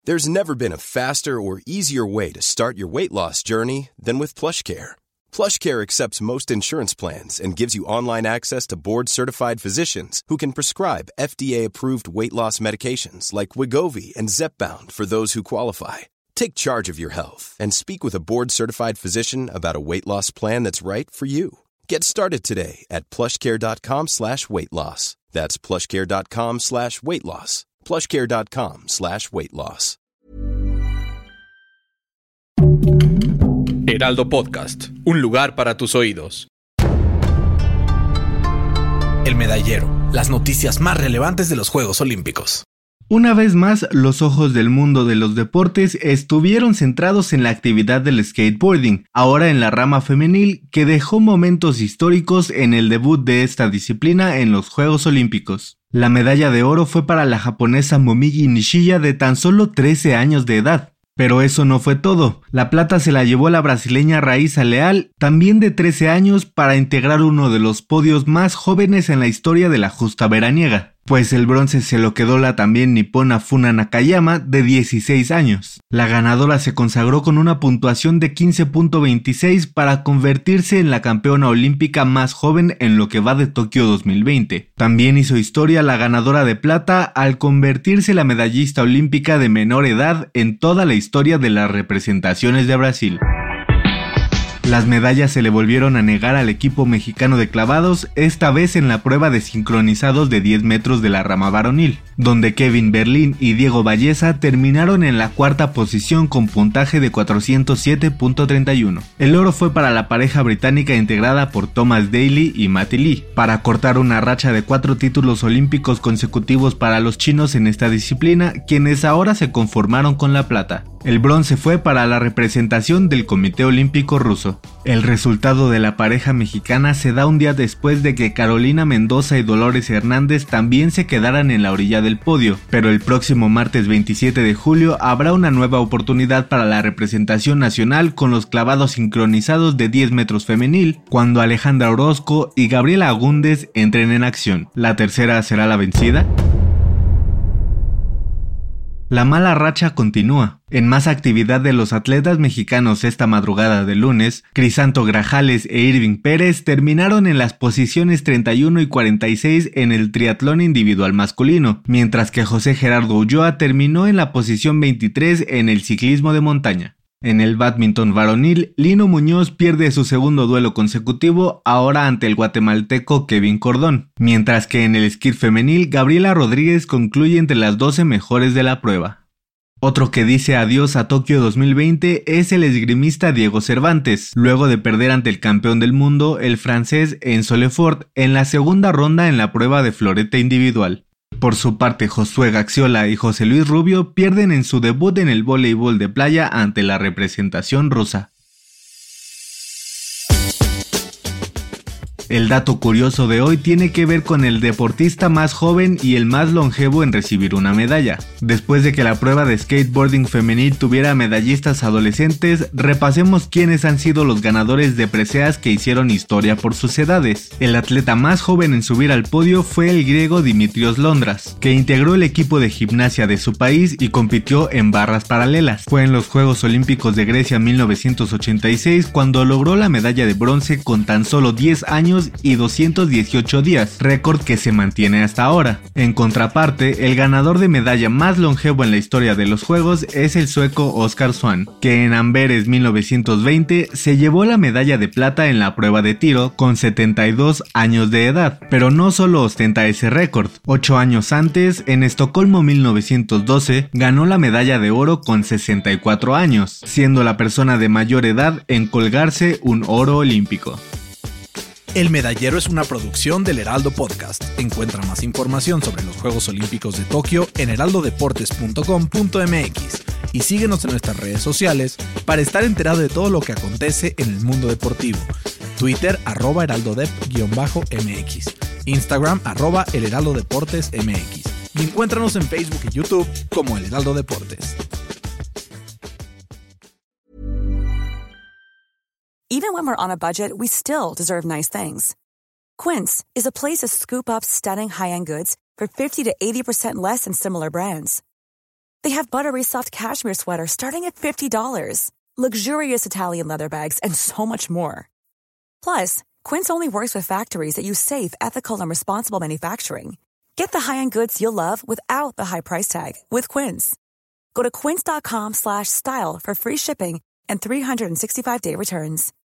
There's never been a faster or easier way to start your weight loss journey than with PlushCare. PlushCare accepts most insurance plans and gives you online access to board-certified physicians who can prescribe FDA-approved weight loss medications like Wegovy and Zepbound for those who qualify. Take charge of your health and speak with a board-certified physician about a weight loss plan that's right for you. Get started today at plushcare.com/weight-loss. That's plushcare.com/weight-loss. plushcare.com/weight-loss. Heraldo Podcast, un lugar para tus oídos. El medallero, las noticias más relevantes de los Juegos Olímpicos. Una vez más, los ojos del mundo de los deportes estuvieron centrados en la actividad del skateboarding, ahora en la rama femenil, que dejó momentos históricos en el debut de esta disciplina en los Juegos Olímpicos. La medalla de oro fue para la japonesa Momiji Nishiya de tan solo 13 años de edad. Pero eso no fue todo. La plata se la llevó la brasileña Raíssa Leal, también de 13 años, para integrar uno de los podios más jóvenes en la historia de la justa veraniega. Pues el bronce se lo quedó la también nipona Funa Nakayama, de 16 años. La ganadora se consagró con una puntuación de 15.26 para convertirse en la campeona olímpica más joven en lo que va de Tokio 2020. También hizo historia la ganadora de plata al convertirse la medallista olímpica de menor edad en toda la historia de las representaciones de Brasil. Las medallas se le volvieron a negar al equipo mexicano de clavados, esta vez en la prueba de sincronizados de 10 metros de la rama varonil, donde Kevin Berlín y Diego Valleza terminaron en la cuarta posición con puntaje de 407.31. El oro fue para la pareja británica integrada por Thomas Daly y Matty Lee, para cortar una racha de 4 títulos olímpicos consecutivos para los chinos en esta disciplina, quienes ahora se conformaron con la plata. El bronce fue para la representación del Comité Olímpico Ruso. El resultado de la pareja mexicana se da un día después de que Carolina Mendoza y Dolores Hernández también se quedaran en la orilla del podio, pero el próximo martes 27 de julio habrá una nueva oportunidad para la representación nacional con los clavados sincronizados de 10 metros femenil, cuando Alejandra Orozco y Gabriela Agúndez entren en acción. ¿La tercera será la vencida? La mala racha continúa. En más actividad de los atletas mexicanos esta madrugada de lunes, Crisanto Grajales e Irving Pérez terminaron en las posiciones 31 y 46 en el triatlón individual masculino, mientras que José Gerardo Ulloa terminó en la posición 23 en el ciclismo de montaña. En el bádminton varonil, Lino Muñoz pierde su segundo duelo consecutivo, ahora ante el guatemalteco Kevin Cordón, mientras que en el esquí femenil, Gabriela Rodríguez concluye entre las 12 mejores de la prueba. Otro que dice adiós a Tokio 2020 es el esgrimista Diego Cervantes, luego de perder ante el campeón del mundo, el francés Enzo Lefort, en la segunda ronda en la prueba de florete individual. Por su parte, Josué Gaxiola y José Luis Rubio pierden en su debut en el voleibol de playa ante la representación rusa. El dato curioso de hoy tiene que ver con el deportista más joven y el más longevo en recibir una medalla. Después de que la prueba de skateboarding femenil tuviera medallistas adolescentes, repasemos quiénes han sido los ganadores de preseas que hicieron historia por sus edades. El atleta más joven en subir al podio fue el griego Dimitrios Londras, que integró el equipo de gimnasia de su país y compitió en barras paralelas. Fue en los Juegos Olímpicos de Grecia 1986 cuando logró la medalla de bronce con tan solo 10 años y 218 días, récord que se mantiene hasta ahora. En contraparte, el ganador de medalla más longevo en la historia de los Juegos es el sueco Oskar Swan, que en Amberes 1920 se llevó la medalla de plata en la prueba de tiro con 72 años de edad, pero no solo ostenta ese récord. 8 años antes, en Estocolmo 1912, ganó la medalla de oro con 64 años, siendo la persona de mayor edad en colgarse un oro olímpico. El Medallero es una producción del Heraldo Podcast. Encuentra más información sobre los Juegos Olímpicos de Tokio en heraldodeportes.com.mx y síguenos en nuestras redes sociales para estar enterado de todo lo que acontece en el mundo deportivo. Twitter @heraldodep_mx, Instagram @elheraldodeportesmx y encuéntranos en Facebook y YouTube como El Heraldo Deportes. Even when we're on a budget, we still deserve nice things. Quince is a place to scoop up stunning high-end goods for 50 to 80% less than similar brands. They have buttery soft cashmere sweaters starting at $50, luxurious Italian leather bags, and so much more. Plus, Quince only works with factories that use safe, ethical, and responsible manufacturing. Get the high-end goods you'll love without the high price tag with Quince. Go to quince.com/style for free shipping and 365-day returns.